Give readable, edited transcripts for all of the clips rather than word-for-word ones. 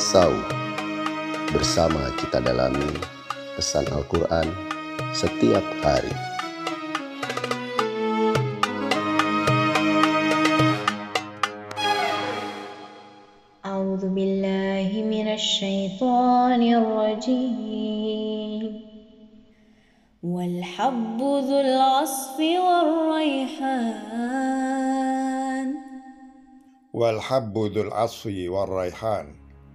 Tasawuf. Bersama kita dalami pesan Al-Quran setiap hari. A'udzu billahi minasy syaithanir rajim. Wal habbu dzul 'asfi war raihan. Wal habbu dzul 'asfi war raihan,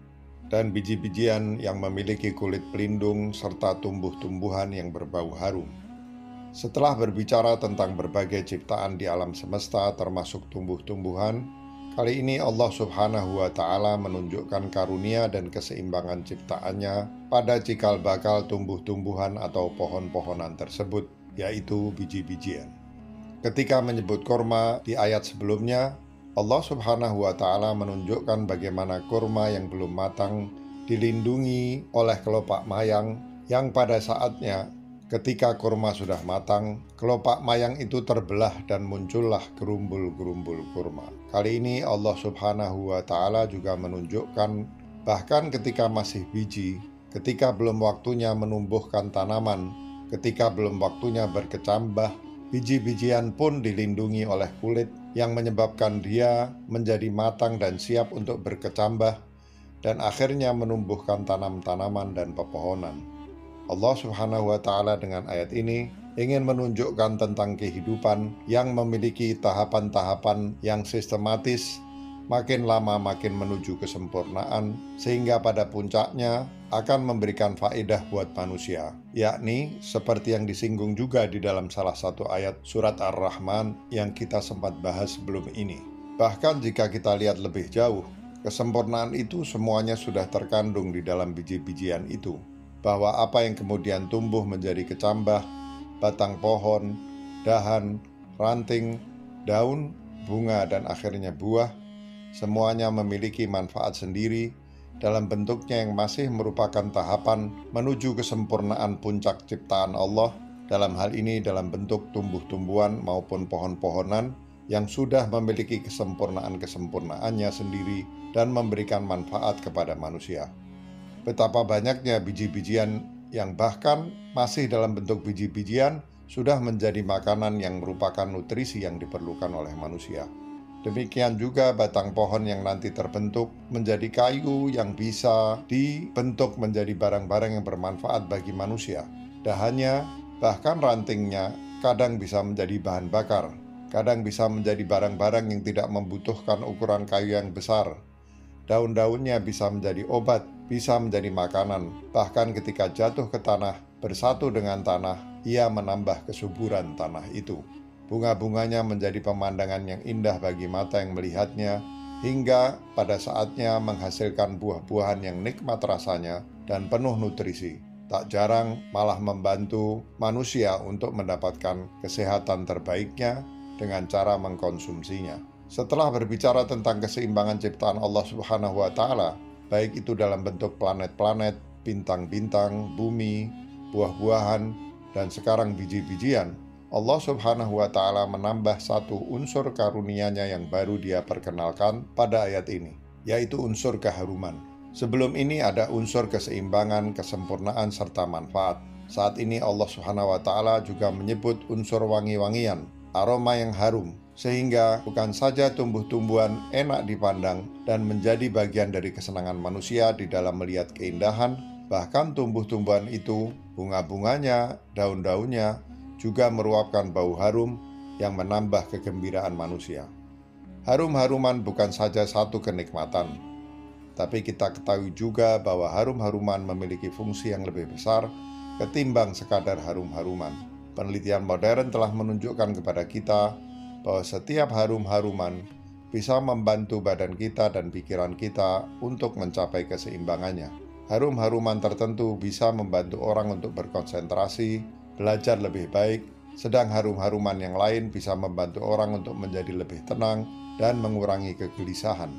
dan biji-bijian yang memiliki kulit pelindung serta tumbuh-tumbuhan yang berbau harum. Setelah berbicara tentang berbagai ciptaan di alam semesta termasuk tumbuh-tumbuhan, kali ini Allah Subhanahu wa Ta'ala menunjukkan karunia dan keseimbangan ciptaannya pada cikal bakal tumbuh-tumbuhan atau pohon-pohonan tersebut, yaitu biji-bijian. Ketika menyebut kurma di ayat sebelumnya, Allah Subhanahu wa Ta'ala menunjukkan bagaimana kurma yang belum matang dilindungi oleh kelopak mayang yang pada saatnya ketika kurma sudah matang, kelopak mayang itu terbelah dan muncullah gerumbul-gerumbul kurma. Kali ini Allah Subhanahu wa Ta'ala juga menunjukkan bahkan ketika masih biji, ketika belum waktunya menumbuhkan tanaman, ketika belum waktunya berkecambah, biji-bijian pun dilindungi oleh kulit yang menyebabkan dia menjadi matang dan siap untuk berkecambah dan akhirnya menumbuhkan tanam-tanaman dan pepohonan. Allah Subhanahu wa Ta'ala dengan ayat ini ingin menunjukkan tentang kehidupan yang memiliki tahapan-tahapan yang sistematis, makin lama makin menuju kesempurnaan, sehingga pada puncaknya akan memberikan faedah buat manusia, yakni seperti yang disinggung juga di dalam salah satu ayat surat Ar-Rahman yang kita sempat bahas sebelum ini. Bahkan jika kita lihat lebih jauh, kesempurnaan itu semuanya sudah terkandung di dalam biji-bijian itu, bahwa apa yang kemudian tumbuh menjadi kecambah, batang pohon, dahan, ranting, daun, bunga, dan akhirnya buah, semuanya memiliki manfaat sendiri dalam bentuknya yang masih merupakan tahapan menuju kesempurnaan puncak ciptaan Allah, dalam hal ini dalam bentuk tumbuh-tumbuhan maupun pohon-pohonan yang sudah memiliki kesempurnaan-kesempurnaannya sendiri dan memberikan manfaat kepada manusia. Betapa banyaknya biji-bijian yang bahkan masih dalam bentuk biji-bijian sudah menjadi makanan yang merupakan nutrisi yang diperlukan oleh manusia. Demikian juga batang pohon yang nanti terbentuk menjadi kayu yang bisa dibentuk menjadi barang-barang yang bermanfaat bagi manusia. Dahannya, bahkan rantingnya, kadang bisa menjadi bahan bakar, kadang bisa menjadi barang-barang yang tidak membutuhkan ukuran kayu yang besar. Daun-daunnya bisa menjadi obat, bisa menjadi makanan, bahkan ketika jatuh ke tanah, bersatu dengan tanah, ia menambah kesuburan tanah itu. Bunga-bunganya menjadi pemandangan yang indah bagi mata yang melihatnya, hingga pada saatnya menghasilkan buah-buahan yang nikmat rasanya dan penuh nutrisi. Tak jarang malah membantu manusia untuk mendapatkan kesehatan terbaiknya dengan cara mengkonsumsinya. Setelah berbicara tentang keseimbangan ciptaan Allah Subhanahu wa Ta'ala, baik itu dalam bentuk planet-planet, bintang-bintang, bumi, buah-buahan, dan sekarang biji-bijian, Allah Subhanahu wa Ta'ala menambah satu unsur karunia-Nya yang baru Dia perkenalkan pada ayat ini, yaitu unsur keharuman. Sebelum ini ada unsur keseimbangan, kesempurnaan, serta manfaat. Saat ini Allah Subhanahu wa Ta'ala juga menyebut unsur wangi-wangian, aroma yang harum, sehingga bukan saja tumbuh-tumbuhan enak dipandang dan menjadi bagian dari kesenangan manusia di dalam melihat keindahan, bahkan tumbuh-tumbuhan itu, bunga-bunganya, daun-daunnya, juga meruapkan bau harum yang menambah kegembiraan manusia. Harum-haruman bukan saja satu kenikmatan, tapi kita ketahui juga bahwa harum-haruman memiliki fungsi yang lebih besar ketimbang sekadar harum-haruman. Penelitian modern telah menunjukkan kepada kita bahwa setiap harum-haruman bisa membantu badan kita dan pikiran kita untuk mencapai keseimbangannya. Harum-haruman tertentu bisa membantu orang untuk berkonsentrasi, belajar lebih baik, sedang harum-haruman yang lain bisa membantu orang untuk menjadi lebih tenang dan mengurangi kegelisahan.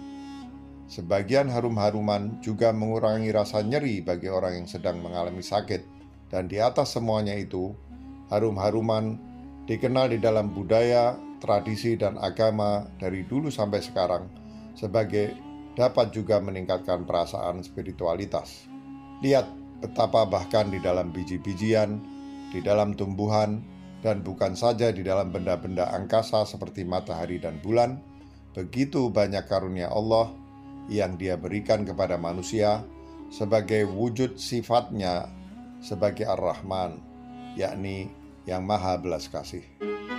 Sebagian harum-haruman juga mengurangi rasa nyeri bagi orang yang sedang mengalami sakit, dan di atas semuanya itu, harum-haruman dikenal di dalam budaya, tradisi, dan agama dari dulu sampai sekarang sebagai dapat juga meningkatkan perasaan spiritualitas. Lihat betapa bahkan di dalam biji-bijian, di dalam tumbuhan, dan bukan saja di dalam benda-benda angkasa seperti matahari dan bulan, begitu banyak karunia Allah yang Dia berikan kepada manusia sebagai wujud sifatnya sebagai Ar-Rahman, yakni yang Maha Belas Kasih.